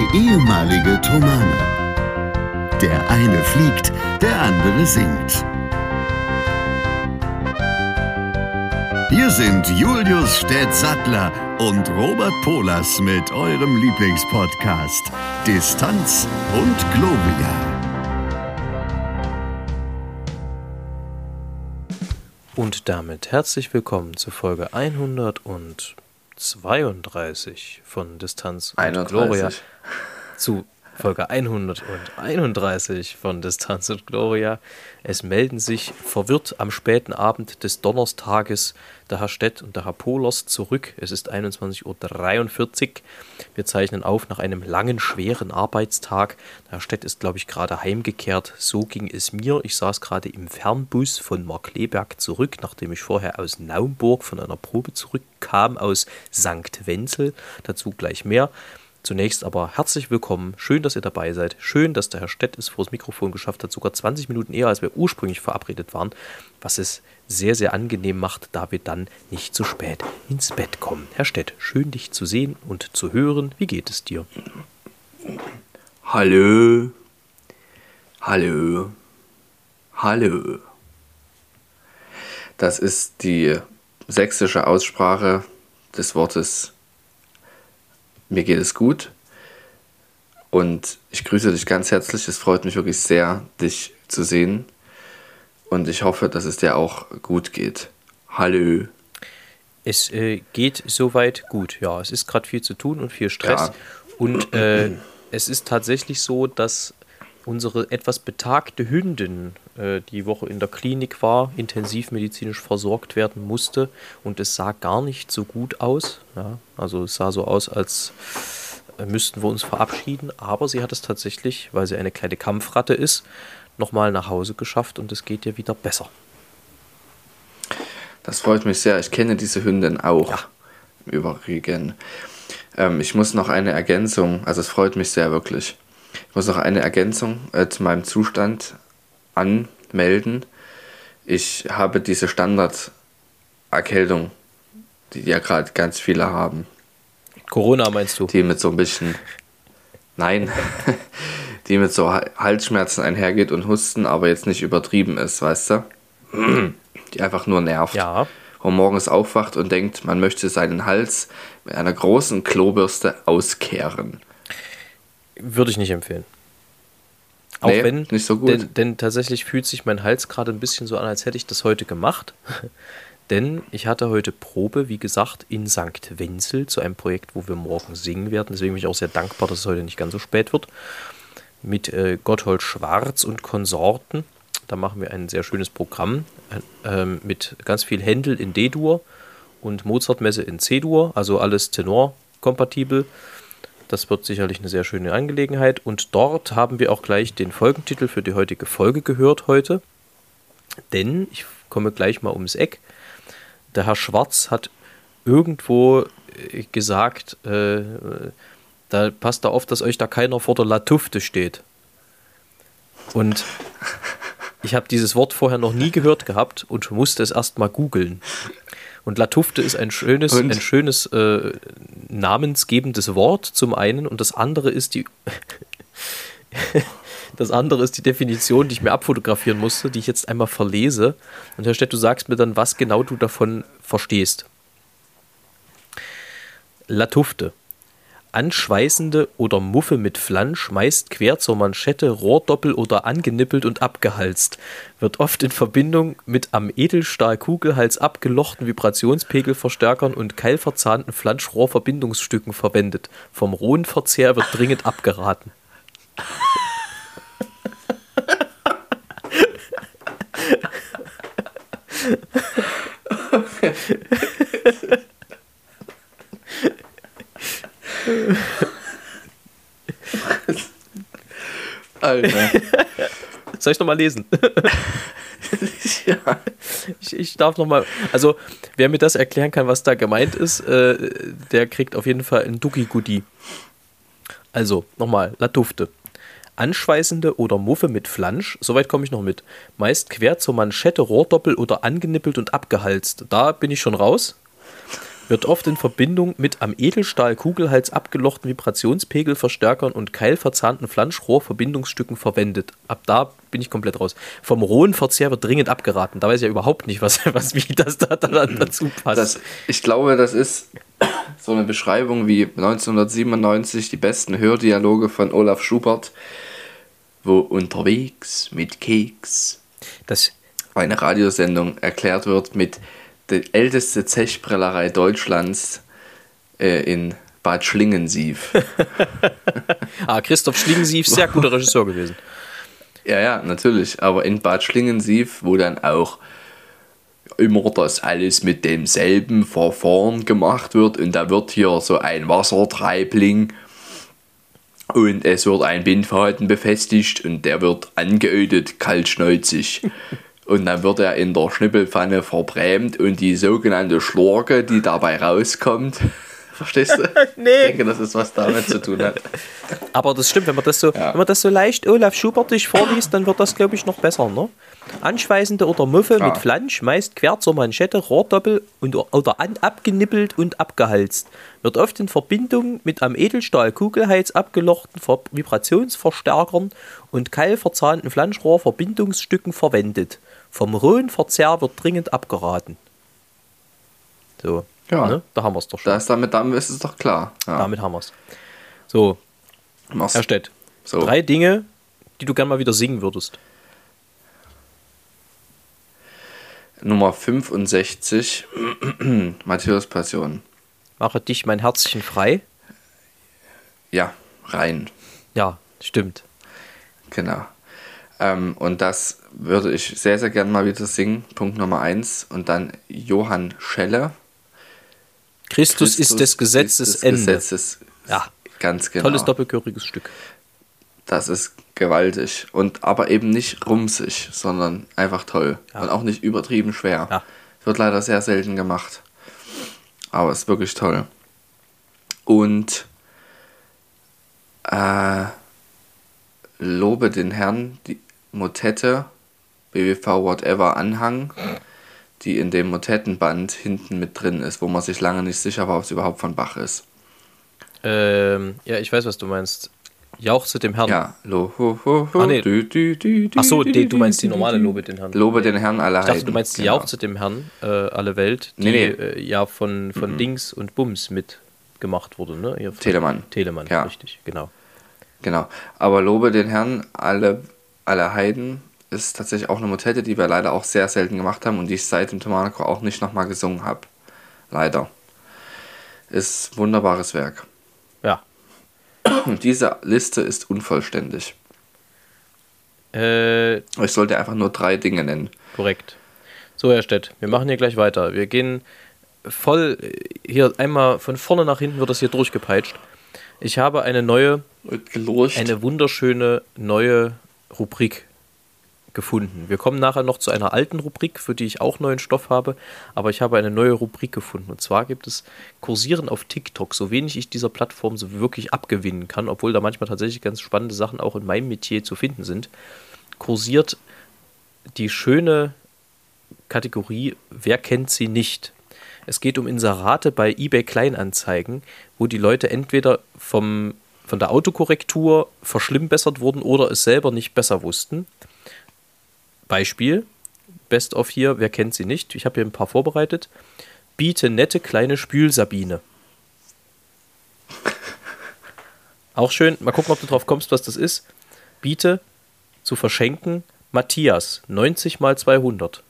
ehemalige Tomane. Der eine fliegt, der andere singt. Hier sind Julius Städtsattler und Robert Polas mit eurem Lieblingspodcast Distanz und Globia. Und damit herzlich willkommen zu Folge 132 von Distanz und Gloria. Zu Folge 131 von Distanz und Gloria. Es melden sich verwirrt am späten Abend des Donnerstages der Herr Stett und der Herr Polas zurück. Es ist 21:43 Uhr. Wir zeichnen auf nach einem langen, schweren Arbeitstag. Der Herr Stett ist, glaube ich, gerade heimgekehrt. So ging es mir. Ich saß gerade im Fernbus von Markkleeberg zurück, nachdem ich vorher aus Naumburg von einer Probe zurückkam, aus St. Wenzel. Dazu gleich mehr. Zunächst aber herzlich willkommen, schön, dass ihr dabei seid, schön, dass der Herr Stett es vor das Mikrofon geschafft hat, sogar 20 Minuten eher, als wir ursprünglich verabredet waren, was es sehr, sehr angenehm macht, da wir dann nicht zu spät ins Bett kommen. Herr Stett, schön dich zu sehen und zu hören, wie geht es dir? Hallo, hallo, hallo. Das ist die sächsische Aussprache des Wortes mir geht es gut und ich grüße dich ganz herzlich. Es freut mich wirklich sehr, dich zu sehen und ich hoffe, dass es dir auch gut geht. Hallo. Es geht soweit gut, ja. Es ist gerade viel zu tun und viel Stress. Ja. Und es ist tatsächlich so, dass unsere etwas betagte Hündin die Woche in der Klinik war, intensivmedizinisch versorgt werden musste und es sah gar nicht so gut aus. Ja, also es sah so aus, als müssten wir uns verabschieden, aber sie hat es tatsächlich, weil sie eine kleine Kampfratte ist, nochmal nach Hause geschafft und es geht ihr wieder besser. Das freut mich sehr. Ich kenne diese Hündin auch. Ja. Im Übrigen. Ich muss noch eine Ergänzung, also es freut mich sehr wirklich. Ich muss noch eine Ergänzung zu meinem Zustand anmelden. Ich habe diese Standarderkältung, die ja gerade ganz viele haben. Corona meinst du? Die mit so ein bisschen, nein, die mit so Halsschmerzen einhergeht und Husten, aber jetzt nicht übertrieben ist, weißt du? Die einfach nur nervt. Ja. Und morgens aufwacht und denkt, man möchte seinen Hals mit einer großen Klobürste auskehren. Würde ich nicht empfehlen. Auch nee, wenn, nicht so gut. Denn tatsächlich fühlt sich mein Hals gerade ein bisschen so an, als hätte ich das heute gemacht. Denn ich hatte heute Probe, wie gesagt, in St. Wenzel zu einem Projekt, wo wir morgen singen werden. Deswegen bin ich auch sehr dankbar, dass es heute nicht ganz so spät wird. Mit Gotthold Schwarz und Konsorten. Da machen wir ein sehr schönes Programm mit ganz viel Händel in D-Dur und Mozart-Messe in C-Dur. Also alles Tenor-kompatibel. Das wird sicherlich eine sehr schöne Angelegenheit. Und dort haben wir auch gleich den Folgentitel für die heutige Folge gehört heute. Denn, ich komme gleich mal ums Eck, der Herr Schwarz hat irgendwo gesagt, da passt da auf, dass euch da keiner vor der Latufte steht. Und ich habe dieses Wort vorher noch nie gehört gehabt und musste es erst mal googeln. Und Latufte ist ein schönes namensgebendes Wort zum einen und das andere ist die Definition, die ich mir abfotografieren musste, die ich jetzt einmal verlese. Und Herr Stett, du sagst mir dann, was genau du davon verstehst. Latufte. Anschweißende oder Muffe mit Flansch, meist quer zur Manschette, rohrdoppel oder angenippelt und abgehalst. Wird oft in Verbindung mit am Edelstahl-Kugelhals abgelochten Vibrationspegelverstärkern und keilverzahnten Flanschrohrverbindungsstücken verwendet. Vom rohen Verzehr wird dringend abgeraten. Alter. Soll ich nochmal lesen? Ja. Ich darf nochmal, also wer mir das erklären kann, was da gemeint ist, der kriegt auf jeden Fall ein Ducky-Goodie. Also, nochmal, Latufte. Anschweißende oder Muffe mit Flansch, soweit komme ich noch mit. Meist quer zur Manschette, rohrdoppel oder angenippelt und abgehalst. Da bin ich schon raus. Wird oft in Verbindung mit am Edelstahl-Kugelhals abgelochten Vibrationspegelverstärkern und keilverzahnten Flanschrohrverbindungsstücken verwendet. Ab da bin ich komplett raus. Vom rohen Verzehr wird dringend abgeraten. Da weiß ich ja überhaupt nicht, wie das da dazu passt. Ich glaube, das ist so eine Beschreibung wie 1997 die besten Hördialoge von Olaf Schubert, wo unterwegs mit Keks eine Radiosendung erklärt wird mit der älteste Zechbrennerei Deutschlands in Bad Schlingensief. Christoph Schlingensief, sehr guter Regisseur gewesen. Ja, natürlich. Aber in Bad Schlingensief, wo dann auch immer das alles mit demselben Verfahren gemacht wird und da wird hier so ein Wassertreibling und es wird ein Bindfaden befestigt und der wird angeödet, kaltschnäuzig. Und dann wird er in der Schnippelpfanne verbrämt und die sogenannte Schlorke, die dabei rauskommt, verstehst du? Nee. Ich denke, das ist, was damit zu tun hat. Aber das stimmt, wenn man das so leicht Olaf Schubertig vorliest, dann wird das, glaube ich, noch besser, ne? Anschweißende oder Muffe mit Flansch, meist quer zur Manschette, Rohrdoppel oder abgenippelt und abgehalst. Wird oft in Verbindung mit am Edelstahl-Kugelhals abgelochten Vibrationsverstärkern und keilverzahnten Flanschrohrverbindungsstücken verwendet. Vom rohen Verzehr wird dringend abgeraten. So, Ja, ne? Da haben wir es doch schon. Damit ist es doch klar. Ja. Damit haben wir es. So, Herr Stett, 3 Dinge, die du gern mal wieder singen würdest. Nummer 65, Matthäus Passion. Mache dich mein Herzchen frei. Ja, rein. Ja, stimmt. Genau. Und das würde ich sehr, sehr gern mal wieder singen. Punkt Nummer 1. Und dann Johann Schelle. Christus ist des Gesetzes Ende. Ja, ganz genau. Tolles doppelchöriges Stück. Das ist gewaltig. Und aber eben nicht rumsig, sondern einfach toll. Ja. Und auch nicht übertrieben schwer. Ja. Wird leider sehr selten gemacht. Aber ist wirklich toll. Und Lobe den Herrn, die Motette, BWV Whatever Anhang, die in dem Motettenband hinten mit drin ist, wo man sich lange nicht sicher war, ob es überhaupt von Bach ist. Ja, ich weiß, was du meinst. Jauchze dem Herrn. Ja, Achso, du meinst die normale Lobe den Herrn. Lobe den Herrn alle Heiden. Ich dachte, du meinst die Jauchze dem Herrn alle Welt, die ja von Dings und Bums mitgemacht wurde, ne? Telemann, ja. Richtig, genau. Genau, aber Lobe den Herrn alle Heiden ist tatsächlich auch eine Motette, die wir leider auch sehr selten gemacht haben und die ich seit dem Thomanerchor auch nicht nochmal gesungen habe. Leider. Ist ein wunderbares Werk. Ja. Und diese Liste ist unvollständig. Ich sollte einfach nur 3 Dinge nennen. Korrekt. So, Herr Stett, wir machen hier gleich weiter. Wir gehen voll hier einmal von vorne nach hinten, wird das hier durchgepeitscht. Ich habe eine wunderschöne neue Rubrik gefunden. Wir kommen nachher noch zu einer alten Rubrik, für die ich auch neuen Stoff habe, aber ich habe eine neue Rubrik gefunden. Und zwar gibt es Kursieren auf TikTok, so wenig ich dieser Plattform so wirklich abgewinnen kann, obwohl da manchmal tatsächlich ganz spannende Sachen auch in meinem Metier zu finden sind, kursiert die schöne Kategorie Wer kennt sie nicht? Es geht um Inserate bei eBay Kleinanzeigen, wo die Leute entweder von der Autokorrektur verschlimmbessert wurden oder es selber nicht besser wussten. Beispiel, Best of hier, wer kennt sie nicht? Ich habe hier ein paar vorbereitet. Biete nette kleine Spülsabine. Auch schön, mal gucken, ob du drauf kommst, was das ist. Biete zu verschenken Matthias, 90 mal 200.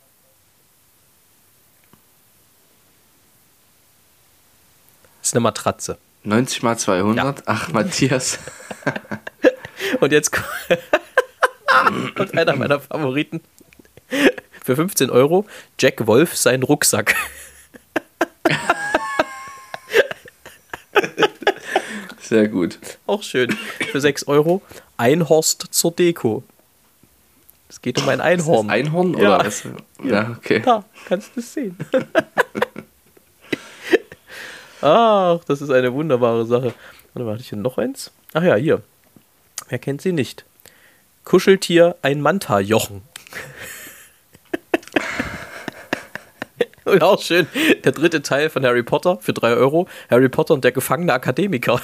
Das ist eine Matratze. 90 mal 200? Ja. Ach, Matthias. Und jetzt kommt einer meiner Favoriten. Für 15 €, Jack Wolf, sein Rucksack. Sehr gut. Auch schön. Für 6 €, Einhorst zur Deko. Es geht um ein Einhorn. Ist das Einhorn? Oder ja. Was? Ja, okay. Da, kannst du es sehen. Ach, das ist eine wunderbare Sache. Warte mal, hatte ich hier noch eins? Ach ja, hier. Wer kennt sie nicht? Kuscheltier, ein Manta-Jochen. Und auch schön, der dritte Teil von Harry Potter für 3 Euro. Harry Potter und der gefangene Akademiker.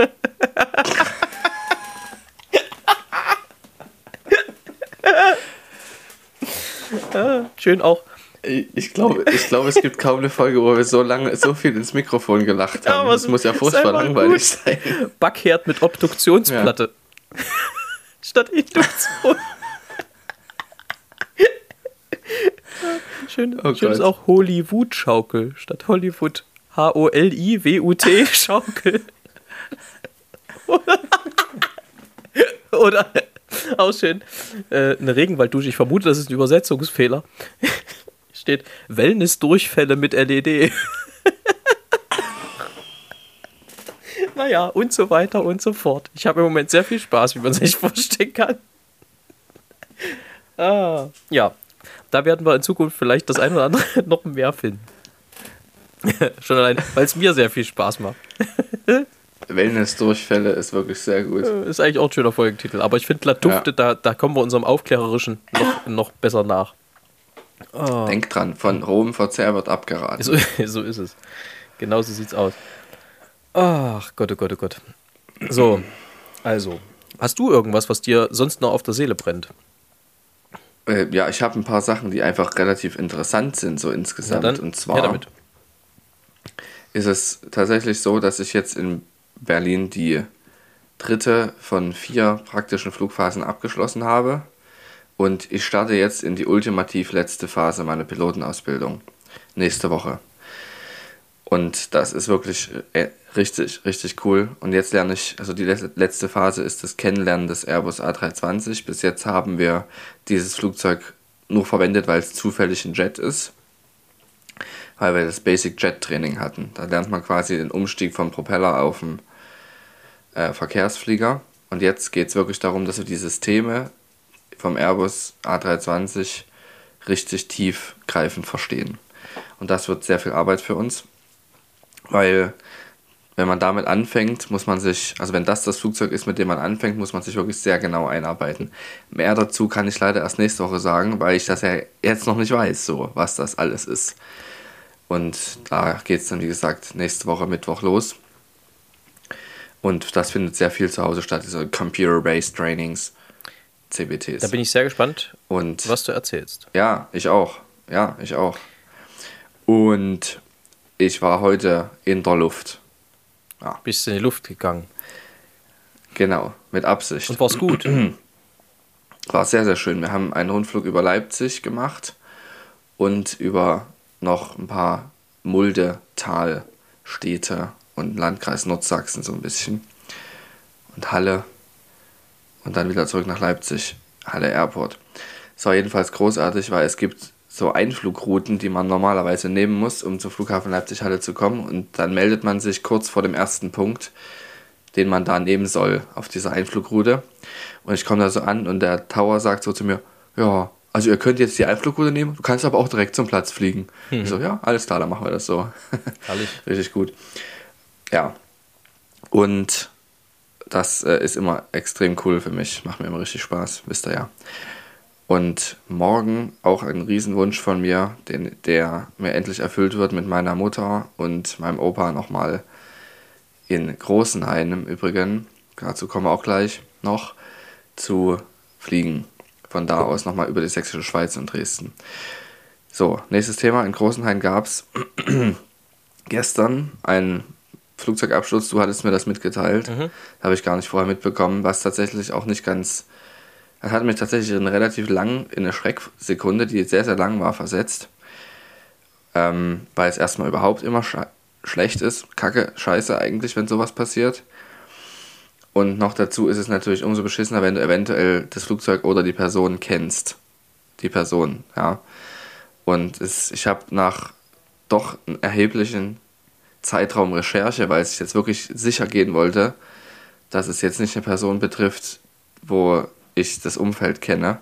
Schön auch. Ich glaube, es gibt kaum eine Folge, wo wir so lange, so viel ins Mikrofon gelacht haben. Ja, das muss ja furchtbar langweilig sein. Backherd mit Obduktionsplatte. Ja. Statt Induktion. Schön ist auch Hollywood-Schaukel statt Hollywood. H-O-L-I-W-U-T Schaukel. Oder auch schön. Eine Regenwalddusche. Ich vermute, das ist ein Übersetzungsfehler. Steht Wellness-Durchfälle mit LED. Naja, und so weiter und so fort. Ich habe im Moment sehr viel Spaß, wie man sich vorstellen kann. Ja, da werden wir in Zukunft vielleicht das ein oder andere noch mehr finden. Schon allein, weil es mir sehr viel Spaß macht. Wellness-Durchfälle ist wirklich sehr gut. Ist eigentlich auch ein schöner Folgentitel. Aber ich finde, Latufte, da kommen wir unserem Aufklärerischen noch besser nach. Oh. Denk dran, von rohem Verzehr wird abgeraten. So ist es. Genau so sieht's aus. Ach Gott, oh Gott, oh Gott. So, also, hast du irgendwas, was dir sonst noch auf der Seele brennt? Ja, ich habe ein paar Sachen, die einfach relativ interessant sind, so insgesamt. Ja, dann, und zwar ist es tatsächlich so, dass ich jetzt in Berlin die 3. von 4 praktischen Flugphasen abgeschlossen habe. Und ich starte jetzt in die ultimativ letzte Phase meiner Pilotenausbildung. Nächste Woche. Und das ist wirklich richtig, richtig cool. Und jetzt lerne ich, also die letzte Phase ist das Kennenlernen des Airbus A320. Bis jetzt haben wir dieses Flugzeug nur verwendet, weil es zufällig ein Jet ist. Weil wir das Basic Jet Training hatten. Da lernt man quasi den Umstieg vom Propeller auf den Verkehrsflieger. Und jetzt geht es wirklich darum, dass wir die Systeme vom Airbus A320 richtig tiefgreifend verstehen. Und das wird sehr viel Arbeit für uns, weil wenn man damit anfängt, muss man sich, also wenn das Flugzeug ist, mit dem man anfängt, muss man sich wirklich sehr genau einarbeiten. Mehr dazu kann ich leider erst nächste Woche sagen, weil ich das ja jetzt noch nicht weiß, so was das alles ist. Und da geht es dann, wie gesagt, nächste Woche Mittwoch los. Und das findet sehr viel zu Hause statt, diese Computer-Based Trainings. CBTs. Da bin ich sehr gespannt, was du erzählst. Ja, ich auch. Und ich war heute in der Luft. Ja. Bist in die Luft gegangen. Genau, mit Absicht. Und war's gut? War sehr, sehr schön. Wir haben einen Rundflug über Leipzig gemacht und über noch ein paar Mulde-Talstädte und Landkreis Nordsachsen so ein bisschen. Und Halle. Und dann wieder zurück nach Leipzig, Halle Airport. Es war jedenfalls großartig, weil es gibt so Einflugrouten, die man normalerweise nehmen muss, um zum Flughafen Leipzig-Halle zu kommen. Und dann meldet man sich kurz vor dem ersten Punkt, den man da nehmen soll auf dieser Einflugroute. Und ich komme da so an und der Tower sagt so zu mir, ja, also ihr könnt jetzt die Einflugroute nehmen, du kannst aber auch direkt zum Platz fliegen. Ich so, ja, alles klar, dann machen wir das so. Herrlich. Richtig gut. Ja. Und das ist immer extrem cool für mich. Macht mir immer richtig Spaß, wisst ihr ja. Und morgen auch ein Riesenwunsch von mir, der mir endlich erfüllt wird mit meiner Mutter und meinem Opa nochmal in Großenhain im Übrigen, dazu kommen wir auch gleich noch, zu fliegen. Von da aus nochmal über die Sächsische Schweiz und Dresden. So, nächstes Thema. In Großenhain gab es gestern einen Flugzeugabsturz, du hattest mir das mitgeteilt, habe ich gar nicht vorher mitbekommen, was tatsächlich auch nicht ganz, das hat mich tatsächlich in eine Schrecksekunde, die sehr, sehr lang war, versetzt, weil es erstmal überhaupt immer schlecht ist, kacke, scheiße eigentlich, wenn sowas passiert. Und noch dazu ist es natürlich umso beschissener, wenn du eventuell das Flugzeug oder die Person kennst. Die Person, ja. Und ich habe nach doch einem erheblichen Zeitraum Recherche, weil ich jetzt wirklich sicher gehen wollte, dass es jetzt nicht eine Person betrifft, wo ich das Umfeld kenne,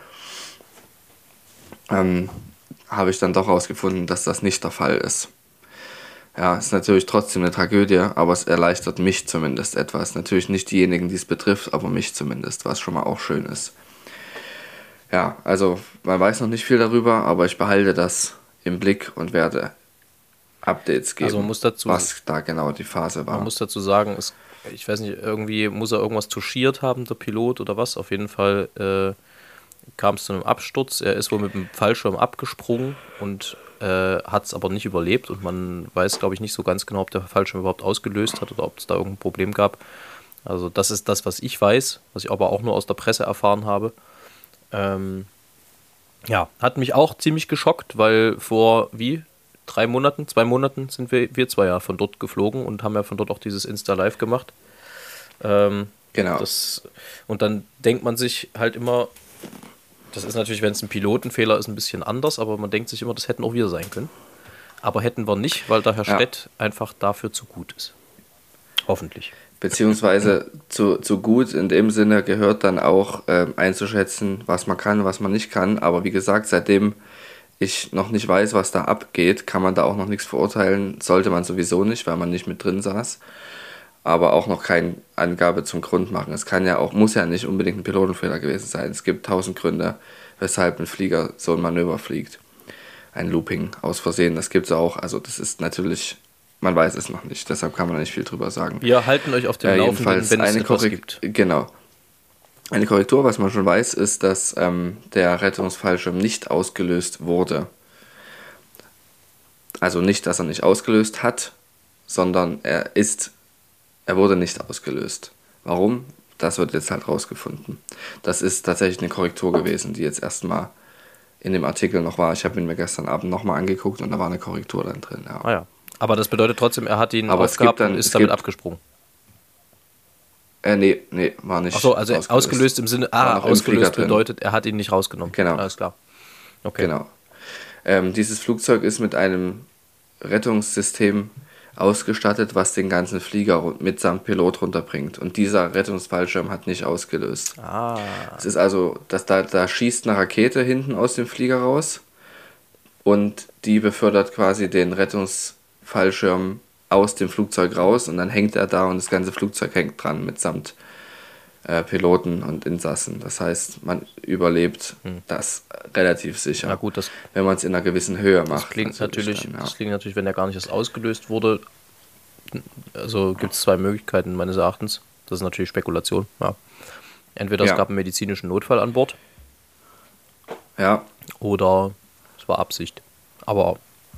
habe ich dann doch herausgefunden, dass das nicht der Fall ist. Ja, ist natürlich trotzdem eine Tragödie, aber es erleichtert mich zumindest etwas. Natürlich nicht diejenigen, die es betrifft, aber mich zumindest, was schon mal auch schön ist. Ja, also man weiß noch nicht viel darüber, aber ich behalte das im Blick und werde Updates geben, Also man muss dazu, was da genau die Phase war. man muss dazu sagen, ich weiß nicht, irgendwie muss er irgendwas touchiert haben, der Pilot oder was. Auf jeden Fall kam es zu einem Absturz. Er ist wohl mit dem Fallschirm abgesprungen und hat es aber nicht überlebt. Und man weiß, glaube ich, nicht so ganz genau, ob der Fallschirm überhaupt ausgelöst hat oder ob es da irgendein Problem gab. Also das ist das, was ich weiß, was ich aber auch nur aus der Presse erfahren habe. Ja, hat mich auch ziemlich geschockt, weil vor 2 Monaten sind wir zwei ja von dort geflogen und haben ja von dort auch dieses Insta-Live gemacht. Genau. Und dann denkt man sich halt immer, das ist natürlich, wenn es ein Pilotenfehler ist, ein bisschen anders, aber man denkt sich immer, das hätten auch wir sein können. Aber hätten wir nicht, weil der Herr Stett einfach dafür zu gut ist. Hoffentlich. Beziehungsweise zu gut in dem Sinne gehört dann auch einzuschätzen, was man kann, was man nicht kann. Aber wie gesagt, seitdem ich noch nicht weiß, was da abgeht, kann man da auch noch nichts verurteilen. Sollte man sowieso nicht, weil man nicht mit drin saß. Aber auch noch keine Angabe zum Grund machen. Es kann ja auch, muss ja nicht unbedingt ein Pilotenfehler gewesen sein. Es gibt 1000 Gründe, weshalb ein Flieger so ein Manöver fliegt. Ein Looping aus Versehen, das gibt es auch. Also das ist natürlich, man weiß es noch nicht. Deshalb kann man da nicht viel drüber sagen. Wir halten euch auf dem Laufenden, wenn es etwas gibt. Genau. Eine Korrektur, was man schon weiß, ist, dass der Rettungsfallschirm nicht ausgelöst wurde. Also nicht, dass er nicht ausgelöst hat, sondern er wurde nicht ausgelöst. Warum? Das wird jetzt halt rausgefunden. Das ist tatsächlich eine Korrektur gewesen, die jetzt erstmal in dem Artikel noch war. Ich habe ihn mir gestern Abend nochmal angeguckt und da war eine Korrektur dann drin. Ja. Ah ja. Aber das bedeutet trotzdem, er hat ihn aufgehabt und ist damit abgesprungen. Nee, war nicht. Achso, also ausgelöst im Sinne, ausgelöst bedeutet, er hat ihn nicht rausgenommen. Genau. Alles klar. Okay. Genau. Dieses Flugzeug ist mit einem Rettungssystem ausgestattet, was den ganzen Flieger mitsamt Pilot runterbringt. Und dieser Rettungsfallschirm hat nicht ausgelöst. Es ist also, da schießt eine Rakete hinten aus dem Flieger raus und die befördert quasi den Rettungsfallschirm aus dem Flugzeug raus und dann hängt er da und das ganze Flugzeug hängt dran mitsamt Piloten und Insassen. Das heißt, man überlebt das relativ sicher. Na gut, wenn man es in einer gewissen Höhe macht. Das klingt natürlich, wenn er gar nicht erst ausgelöst wurde. Also gibt es 2 Möglichkeiten meines Erachtens. Das ist natürlich Spekulation. Ja. Entweder es gab einen medizinischen Notfall an Bord. Ja. Oder es war Absicht. Aber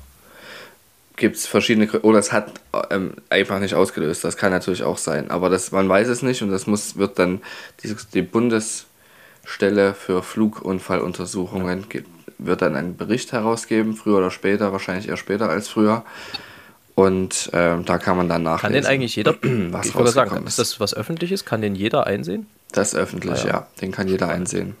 gibt es verschiedene, oder es hat einfach nicht ausgelöst, das kann natürlich auch sein, aber man weiß es nicht und das wird dann die Bundesstelle für Flugunfalluntersuchungen wird dann einen Bericht herausgeben, früher oder später, wahrscheinlich eher später als früher und da kann man dann nachlesen. Kann den eigentlich jeder, was ich wollte sagen, ist das was Öffentliches, kann den jeder einsehen? Das ist öffentlich, ja, den kann jeder einsehen.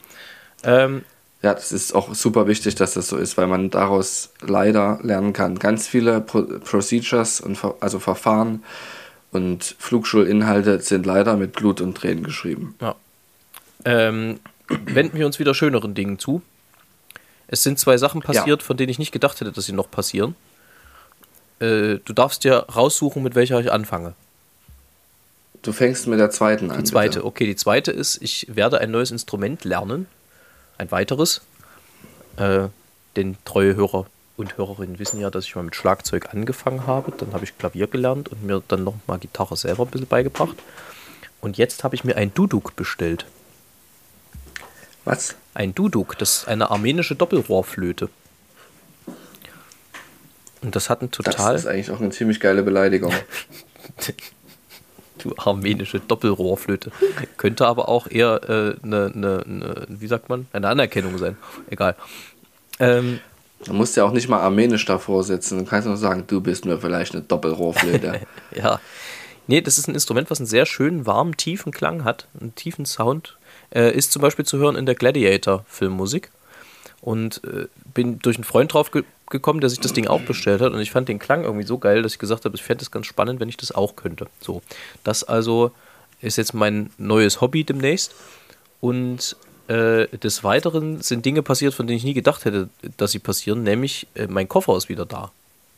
Ja, das ist auch super wichtig, dass das so ist, weil man daraus leider lernen kann. Ganz viele Procedures, also Verfahren und Flugschulinhalte sind leider mit Blut und Tränen geschrieben. Ja. Wenden wir uns wieder schöneren Dingen zu. Es sind 2 Sachen passiert, von denen ich nicht gedacht hätte, dass sie noch passieren. Du darfst dir raussuchen, mit welcher ich anfange. Du fängst mit der zweiten an. Die zweite, bitte. Okay, die zweite ist, ich werde ein neues Instrument lernen. Ein weiteres. Denn treue Hörer und Hörerinnen wissen ja, dass ich mal mit Schlagzeug angefangen habe. Dann habe ich Klavier gelernt und mir dann noch mal Gitarre selber ein bisschen beigebracht. Und jetzt habe ich mir ein Duduk bestellt. Was? Ein Duduk, das ist eine armenische Doppelrohrflöte. Und das hat ein total... Das ist eigentlich auch eine ziemlich geile Beleidigung. Du armenische Doppelrohrflöte. Könnte aber auch eher wie sagt man, eine Anerkennung sein. Egal. Du musst ja auch nicht mal armenisch davor sitzen. Du kannst nur sagen, du bist nur vielleicht eine Doppelrohrflöte. Ja. Nee, das ist ein Instrument, was einen sehr schönen, warmen, tiefen Klang hat. Einen tiefen Sound. Ist zum Beispiel zu hören in der Gladiator-Filmmusik. Und bin durch einen Freund drauf gekommen, der sich das Ding auch bestellt hat. Und ich fand den Klang irgendwie so geil, dass ich gesagt habe, ich fände es ganz spannend, wenn ich das auch könnte. So, das also ist jetzt mein neues Hobby demnächst. Und des Weiteren sind Dinge passiert, von denen ich nie gedacht hätte, dass sie passieren. Nämlich, mein Koffer ist wieder da.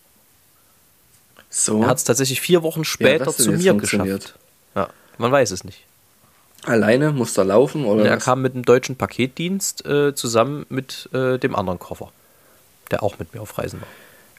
So. Er hat es tatsächlich 4 Wochen später zu mir geschafft. Ja, man weiß es nicht. Alleine? Musste er laufen? Oder er kam mit dem deutschen Paketdienst zusammen mit dem anderen Koffer. der auch mit mir auf Reisen war.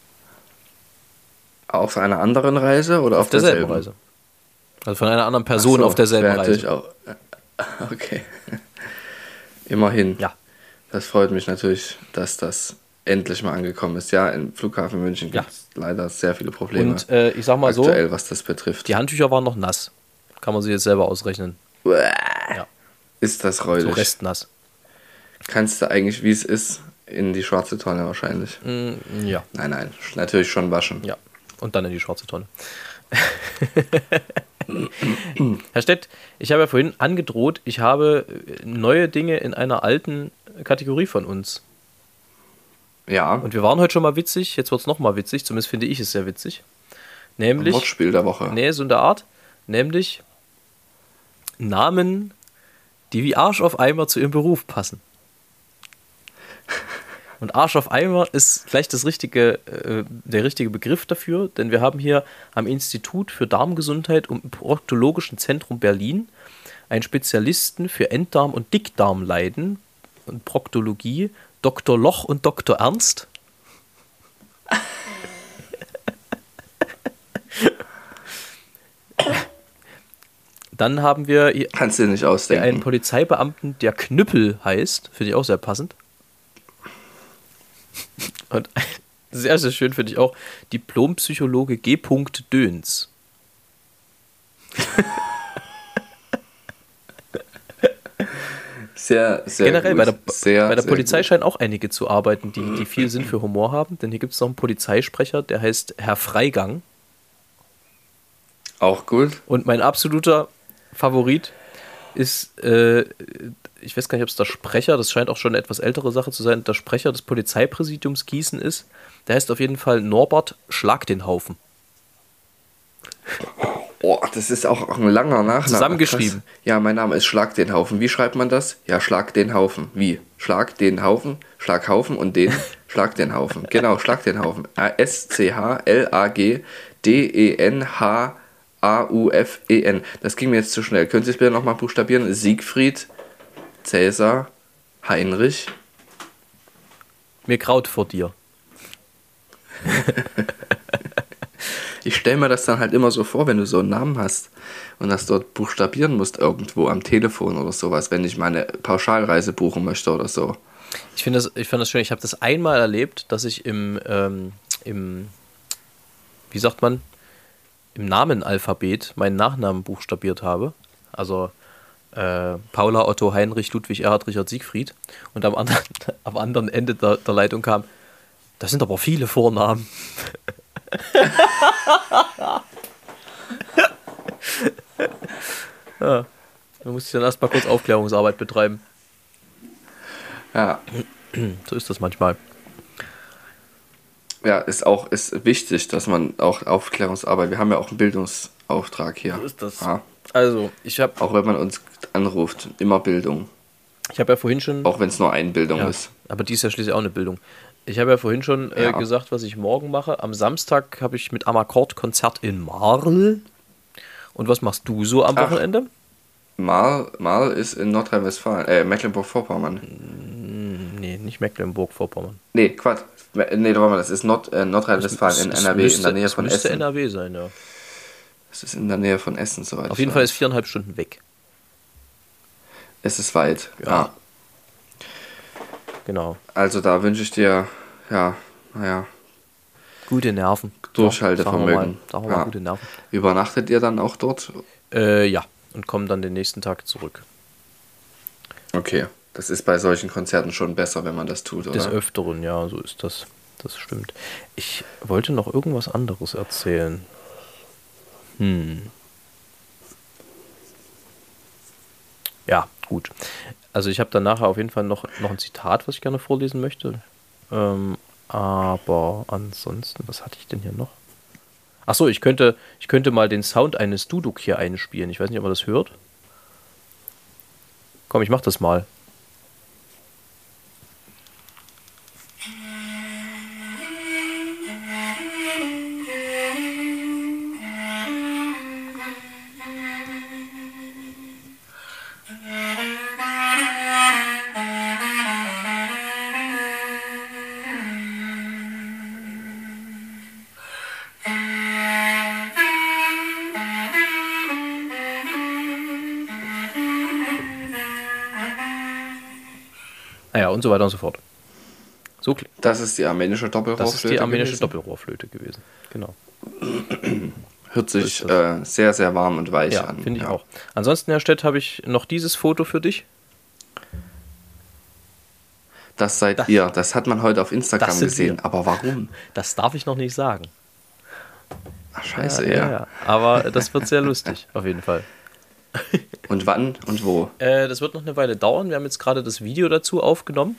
Auf einer anderen Reise oder auf derselben derselben Reise. Also von einer anderen Person auf derselben wäre natürlich Reise. auch. Okay. Immerhin. Ja. Das freut mich natürlich, dass das endlich mal angekommen ist. Ja, im Flughafen München gibt es leider sehr viele Probleme. Und ich sag mal aktuell, so, was das betrifft. die Handtücher waren noch nass. Kann man sich jetzt selber ausrechnen. Ja. Ist das So räudig. restnass. Kannst du eigentlich, wie es ist, in die schwarze Tonne wahrscheinlich? Ja. Nein, natürlich schon waschen. Ja. Und dann in die schwarze Tonne. Herr Stett, ich habe ja vorhin angedroht, ich habe neue Dinge in einer alten Kategorie von uns. Ja, Und wir waren heute schon mal witzig, jetzt wird es nochmal witzig, zumindest finde ich es sehr witzig. Nämlich, Wortspiel der Woche. nee, so in der Art, nämlich Namen, die wie Arsch auf Eimer zu ihrem Beruf passen. Und Arsch auf Eimer ist gleich der richtige Begriff dafür, denn wir haben hier am Institut für Darmgesundheit und im Proktologischen Zentrum Berlin einen Spezialisten für Enddarm- und Dickdarmleiden und Proktologie, Dr. Loch und Dr. Ernst. Dann haben wir hier Kannst du dir nicht ausdenken. einen Polizeibeamten, der Knüppel heißt. Finde ich auch sehr passend. Und sehr, sehr schön finde ich auch Diplompsychologe G. Döns. Sehr, sehr Generell gut. bei der sehr Polizei gut. scheinen auch einige zu arbeiten, die viel Sinn für Humor haben. Denn hier gibt es noch einen Polizeisprecher, der heißt Herr Freigang. Auch gut. Und mein absoluter Favorit ist, ich weiß gar nicht, ob es der Sprecher, das scheint auch schon eine etwas ältere Sache zu sein, der Sprecher des Polizeipräsidiums Gießen ist. Der heißt auf jeden Fall Norbert Schlag den Haufen. Oh, das ist auch ein langer Nachname. Zusammengeschrieben. Krass. Ja, mein Name ist Schlag den Haufen. Wie schreibt man das? Ja, Schlag den Haufen. Wie? Schlag den Haufen, Schlaghaufen und den Schlag den Haufen. Genau, Schlag den Haufen. SCHLAGDENHAUFEN. Das ging mir jetzt zu schnell. Können Sie es bitte nochmal buchstabieren? Siegfried, Cäsar, Heinrich. Mir graut vor dir. Ich stelle mir das dann halt immer so vor, wenn du so einen Namen hast und das dort buchstabieren musst irgendwo am Telefon oder sowas, wenn ich meine Pauschalreise buchen möchte oder so. Ich finde das schön. Ich habe das einmal erlebt, dass ich im wie sagt man, im Namenalphabet meinen Nachnamen buchstabiert habe. Also Paula, Otto, Heinrich, Ludwig, Erhard, Richard, Siegfried. Und am anderen Ende der Leitung kam, das sind aber viele Vornamen. Ja, da musste ich dann erstmal kurz Aufklärungsarbeit betreiben. Ja. So ist das manchmal. Ja, ist wichtig, dass man auch Aufklärungsarbeit, wir haben ja auch einen Bildungsauftrag hier. So ist das. Ja. Also, Auch wenn man uns anruft, immer Bildung. ich habe ja vorhin schon... Auch wenn es nur Einbildung Ja, ist. aber die ist ja schließlich auch eine Bildung. Ich habe ja vorhin schon gesagt, was ich morgen mache. Am Samstag habe ich mit Amakord Konzert in Marl. Und was machst du so am Wochenende? Marl ist in Nordrhein-Westfalen, Mecklenburg-Vorpommern. Nee, nicht Mecklenburg-Vorpommern. Nee, Quatsch. Nee, warte mal, das ist Nordrhein-Westfalen in NRW, in der Nähe von müsste Essen. NRW sein, ja. Das ist in der Nähe von Essen, soweit Auf ich jeden Fall weiß. ist 4,5 Stunden weg. Es ist weit, ja. Genau. Also da wünsche ich dir, Gute Nerven. Durchhaltevermögen. Sagen wir mal, gute Nerven. Übernachtet ihr dann auch dort? Ja, und kommen dann den nächsten Tag zurück. Okay, das ist bei solchen Konzerten schon besser, wenn man das tut, oder? Des Öfteren, ja, so ist das. Das stimmt. Ich wollte noch irgendwas anderes erzählen. Ja, gut. Also ich habe dann nachher auf jeden Fall noch ein Zitat, was ich gerne vorlesen möchte. Aber ansonsten, was hatte ich denn hier noch? Achso, ich könnte mal den Sound eines Duduk hier einspielen. Ich weiß nicht, ob man das hört. Komm, ich mach das mal. Naja, und so weiter und so fort. So, Das ist die armenische Doppelrohrflöte. das ist die armenische gewesen. Doppelrohrflöte gewesen. Genau. Hört sich So ist sehr, sehr warm und weich Ja, an. finde ich auch. Ansonsten, Herr Stett, habe ich noch dieses Foto für dich. Das seid ihr. Das hat man heute auf Instagram Das sind gesehen. wir. Aber warum? Das darf ich noch nicht sagen. Ach, scheiße, ja. Aber das wird sehr lustig, auf jeden Fall. Und wann und wo? Das wird noch eine Weile dauern. Wir haben jetzt gerade das Video dazu aufgenommen.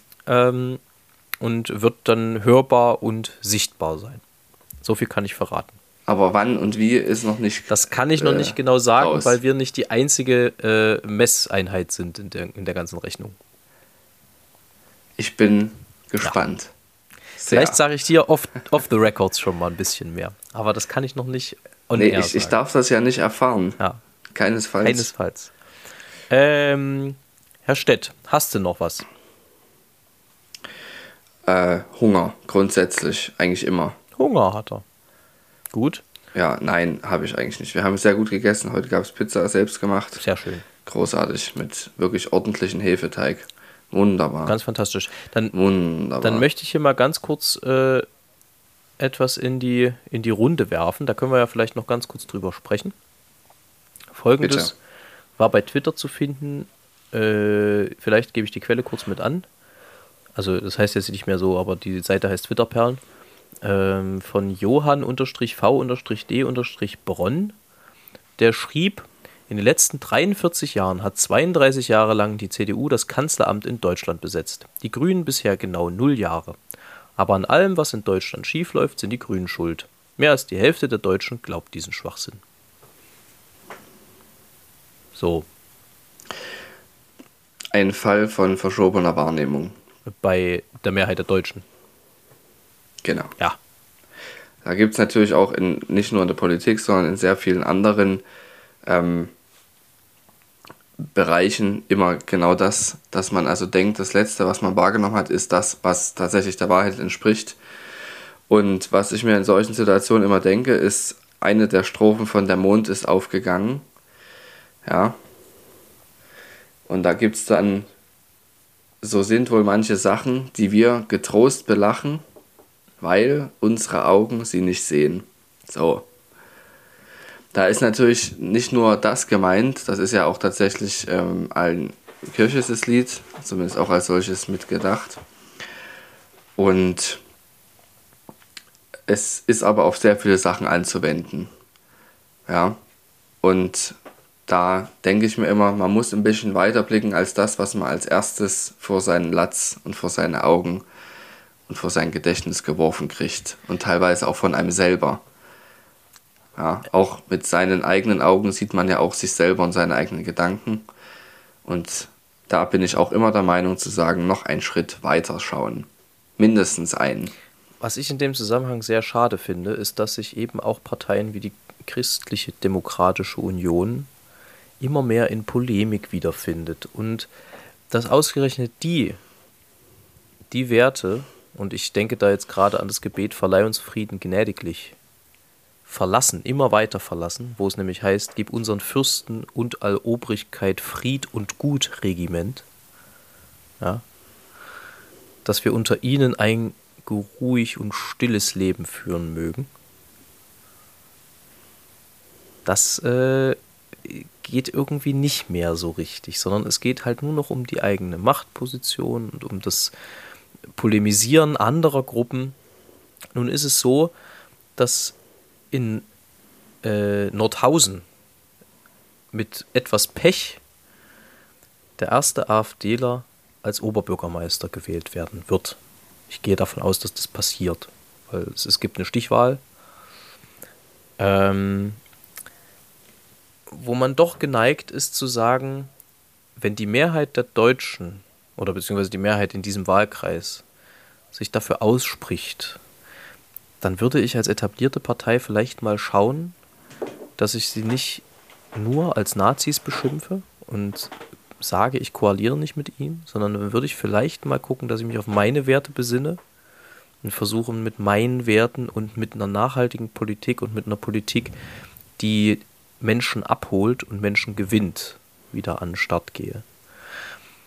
Und wird dann hörbar und sichtbar sein. So viel kann ich verraten. Aber wann und wie ist noch nicht. Das kann ich noch nicht genau sagen, raus. weil wir nicht die einzige Messeinheit sind in der ganzen Rechnung. Ich bin gespannt. Sehr. Vielleicht sage ich dir off the records schon mal ein bisschen mehr. Aber das kann ich noch nicht on Nee, air ich sagen. darf das ja nicht erfahren. Ja, Keinesfalls. keinesfalls. Herr Stett, hast du noch was? Hunger, grundsätzlich, eigentlich immer. Hunger hat er. Gut, Ja, nein, habe ich eigentlich nicht. Wir haben sehr gut gegessen. Heute gab es Pizza selbst gemacht. sehr schön. Großartig, mit wirklich ordentlichen Hefeteig. Wunderbar. Ganz fantastisch. Dann Wunderbar. möchte ich hier mal ganz kurz etwas in die Runde werfen. Da können wir ja vielleicht noch ganz kurz drüber sprechen. Folgendes Bitte. war bei Twitter zu finden. Vielleicht gebe ich die Quelle kurz mit an. Also das heißt jetzt nicht mehr so, aber die Seite heißt Twitterperlen. Von Johann-V-D-Bronn. Der schrieb, in den letzten 43 Jahren hat 32 Jahre lang die CDU das Kanzleramt in Deutschland besetzt. Die Grünen bisher genau 0 Jahre. Aber an allem, was in Deutschland schiefläuft, sind die Grünen schuld. Mehr als die Hälfte der Deutschen glaubt diesen Schwachsinn. So, Ein Fall von verschobener Wahrnehmung. bei der Mehrheit der Deutschen. Genau. Ja, Da gibt es natürlich auch nicht nur in der Politik, sondern in sehr vielen anderen Bereichen immer genau das, dass man also denkt, das Letzte, was man wahrgenommen hat, ist das, was tatsächlich der Wahrheit entspricht. Und was ich mir in solchen Situationen immer denke, ist, eine der Strophen von Der Mond ist aufgegangen. Ja. Und da gibt es dann, so sind wohl manche Sachen, die wir getrost belachen, weil unsere Augen sie nicht sehen. So. Da ist natürlich nicht nur das gemeint, das ist ja auch tatsächlich ein kirchliches Lied, zumindest auch als solches mitgedacht. Und es ist aber auf sehr viele Sachen anzuwenden. Ja. Und da denke ich mir immer, man muss ein bisschen weiter blicken als das, was man als erstes vor seinen Latz und vor seine Augen und vor sein Gedächtnis geworfen kriegt. Und teilweise auch von einem selber. Ja, auch mit seinen eigenen Augen sieht man ja auch sich selber und seine eigenen Gedanken. Und da bin ich auch immer der Meinung zu sagen, noch einen Schritt weiter schauen. Mindestens einen. was ich in dem Zusammenhang sehr schade finde, ist, dass sich eben auch Parteien wie die Christliche Demokratische Union immer mehr in Polemik wiederfindet. Und dass ausgerechnet die Werte, und ich denke da jetzt gerade an das Gebet, verleih uns Frieden gnädiglich, verlassen, immer weiter verlassen, wo es nämlich heißt, gib unseren Fürsten und Allobrigkeit Fried und Gut Regiment, ja, dass wir unter ihnen ein geruhig und stilles Leben führen mögen. Das geht irgendwie nicht mehr so richtig, sondern es geht halt nur noch um die eigene Machtposition und um das Polemisieren anderer Gruppen. Nun ist es so, dass in Nordhausen mit etwas Pech der erste AfDler als Oberbürgermeister gewählt werden wird. Ich gehe davon aus, dass das passiert, weil es gibt eine Stichwahl, wo man doch geneigt ist zu sagen, wenn die Mehrheit der Deutschen oder beziehungsweise die Mehrheit in diesem Wahlkreis sich dafür ausspricht, dann würde ich als etablierte Partei vielleicht mal schauen, dass ich sie nicht nur als Nazis beschimpfe und sage, ich koaliere nicht mit ihnen, sondern dann würde ich vielleicht mal gucken, dass ich mich auf meine Werte besinne und versuche mit meinen Werten und mit einer nachhaltigen Politik und mit einer Politik, die Menschen abholt und Menschen gewinnt, wieder an den Start gehe.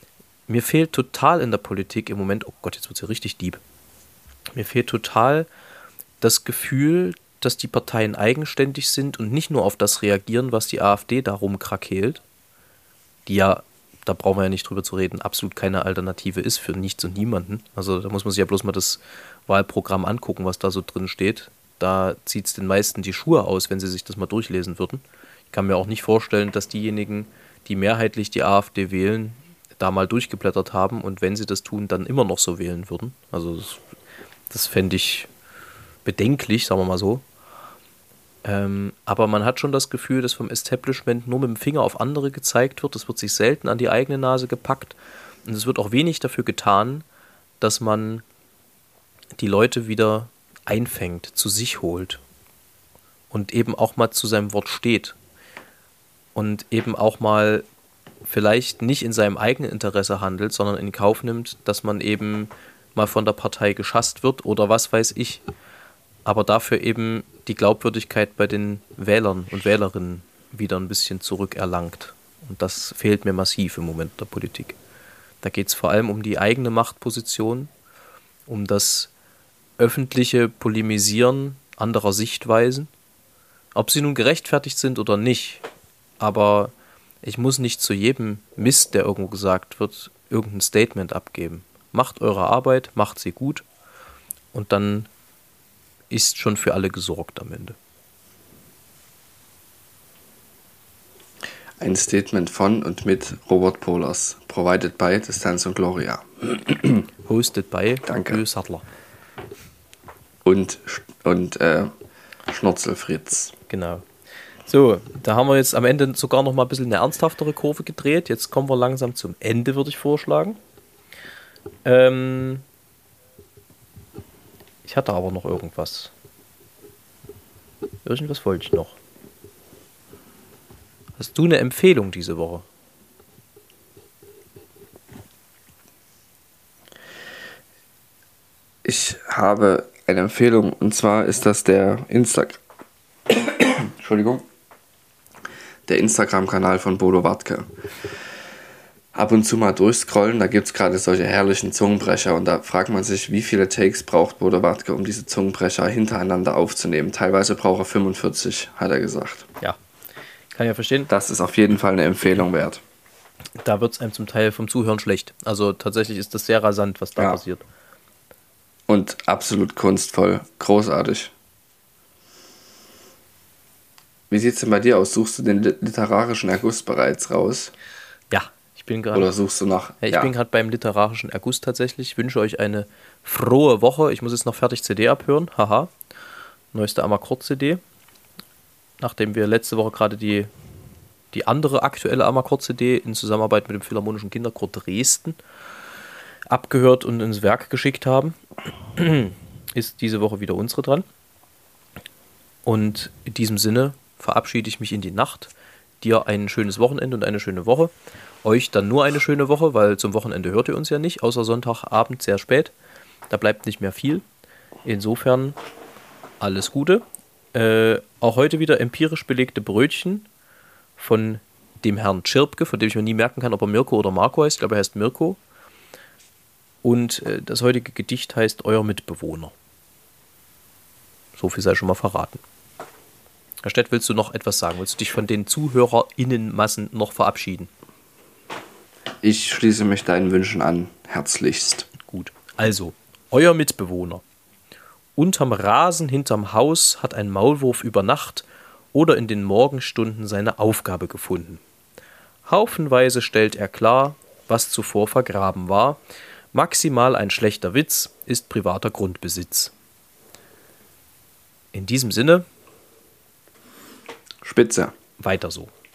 mir fehlt total in der Politik im Moment, oh Gott, jetzt wird es ja richtig deep. Mir fehlt total das Gefühl, dass die Parteien eigenständig sind und nicht nur auf das reagieren, was die AfD darum krakeelt, die ja, da brauchen wir ja nicht drüber zu reden, absolut keine Alternative ist für nichts und niemanden. Also da muss man sich ja bloß mal das Wahlprogramm angucken, was da so drin steht. Da zieht es den meisten die Schuhe aus, wenn sie sich das mal durchlesen würden. Ich kann mir auch nicht vorstellen, dass diejenigen, die mehrheitlich die AfD wählen, da mal durchgeblättert haben und wenn sie das tun, dann immer noch so wählen würden. Also das fände ich bedenklich, sagen wir mal so. Aber man hat schon das Gefühl, dass vom Establishment nur mit dem Finger auf andere gezeigt wird. Es wird sich selten an die eigene Nase gepackt. Und es wird auch wenig dafür getan, dass man die Leute wieder einfängt, zu sich holt. Und eben auch mal zu seinem Wort steht. Und eben auch mal vielleicht nicht in seinem eigenen Interesse handelt, sondern in Kauf nimmt, dass man eben mal von der Partei geschasst wird oder was weiß ich. Aber dafür eben die Glaubwürdigkeit bei den Wählern und Wählerinnen wieder ein bisschen zurückerlangt. Und das fehlt mir massiv im Moment der Politik. Da geht es vor allem um die eigene Machtposition, um das öffentliche Polemisieren anderer Sichtweisen, ob sie nun gerechtfertigt sind oder nicht. Aber ich muss nicht zu jedem Mist, der irgendwo gesagt wird, irgendein Statement abgeben. Macht eure Arbeit, macht sie gut und dann ist schon für alle gesorgt am Ende. Ein Statement von und mit Robert Polas, provided by Distanz und Gloria. Hosted by Danke. Sattler. Und Schnurzelfritz. Genau. So, da haben wir jetzt am Ende sogar noch mal ein bisschen eine ernsthaftere Kurve gedreht. Jetzt kommen wir langsam zum Ende, würde ich vorschlagen. Ich hatte aber noch irgendwas. Irgendwas wollte ich noch. Hast du eine Empfehlung diese Woche? Ich habe eine Empfehlung und zwar ist das der Instagram-Kanal von Bodo Wartke. Ab und zu mal durchscrollen, da gibt es gerade solche herrlichen Zungenbrecher und da fragt man sich, wie viele Takes braucht Bodo Wartke, um diese Zungenbrecher hintereinander aufzunehmen. Teilweise braucht er 45, hat er gesagt. Ja, kann ja verstehen. Das ist auf jeden Fall eine Empfehlung wert. Da wird es einem zum Teil vom Zuhören schlecht. Also tatsächlich ist das sehr rasant, was da passiert. Und absolut kunstvoll. Großartig. Wie sieht es denn bei dir aus? Suchst du den literarischen Erguss bereits raus? Ja, ich bin gerade. Oder suchst du nach? Ich bin gerade beim literarischen Erguss tatsächlich. Ich wünsche euch eine frohe Woche. Ich muss jetzt noch fertig CD abhören. Haha. Neueste Amakord-CD. Nachdem wir letzte Woche gerade die andere aktuelle Amakord-CD in Zusammenarbeit mit dem Philharmonischen Kinderchor Dresden abgehört und ins Werk geschickt haben, ist diese Woche wieder unsere dran. Und in diesem Sinne verabschiede ich mich in die Nacht. Dir ein schönes Wochenende und eine schöne Woche. Euch dann nur eine schöne Woche, weil zum Wochenende hört ihr uns ja nicht, außer Sonntagabend sehr spät. Da bleibt nicht mehr viel. Insofern alles Gute. Auch heute wieder empirisch belegte Brötchen von dem Herrn Tschirpke, von dem ich mir nie merken kann, ob er Mirko oder Marco heißt. Ich glaube, er heißt Mirko. Und das heutige Gedicht heißt Euer Mitbewohner. So viel sei schon mal verraten. Herr Stett, willst du noch etwas sagen? Willst du dich von den ZuhörerInnenmassen noch verabschieden? Ich schließe mich deinen Wünschen an, herzlichst. Gut. Also, euer Mitbewohner. Unterm Rasen hinterm Haus hat ein Maulwurf über Nacht oder in den Morgenstunden seine Aufgabe gefunden. Haufenweise stellt er klar, was zuvor vergraben war. Maximal ein schlechter Witz ist privater Grundbesitz. In diesem Sinne, Spitze. weiter so.